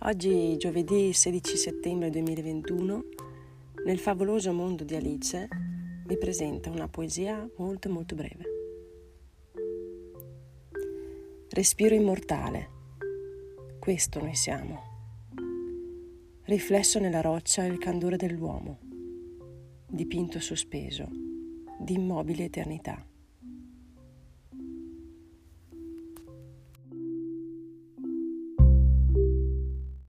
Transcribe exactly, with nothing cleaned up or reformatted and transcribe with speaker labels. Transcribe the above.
Speaker 1: Oggi, giovedì sedici settembre duemilaventuno, nel favoloso mondo di Alice, vi presenta una poesia molto molto breve. Respiro immortale, questo noi siamo. Riflesso nella roccia il candore dell'uomo, dipinto sospeso di immobile eternità.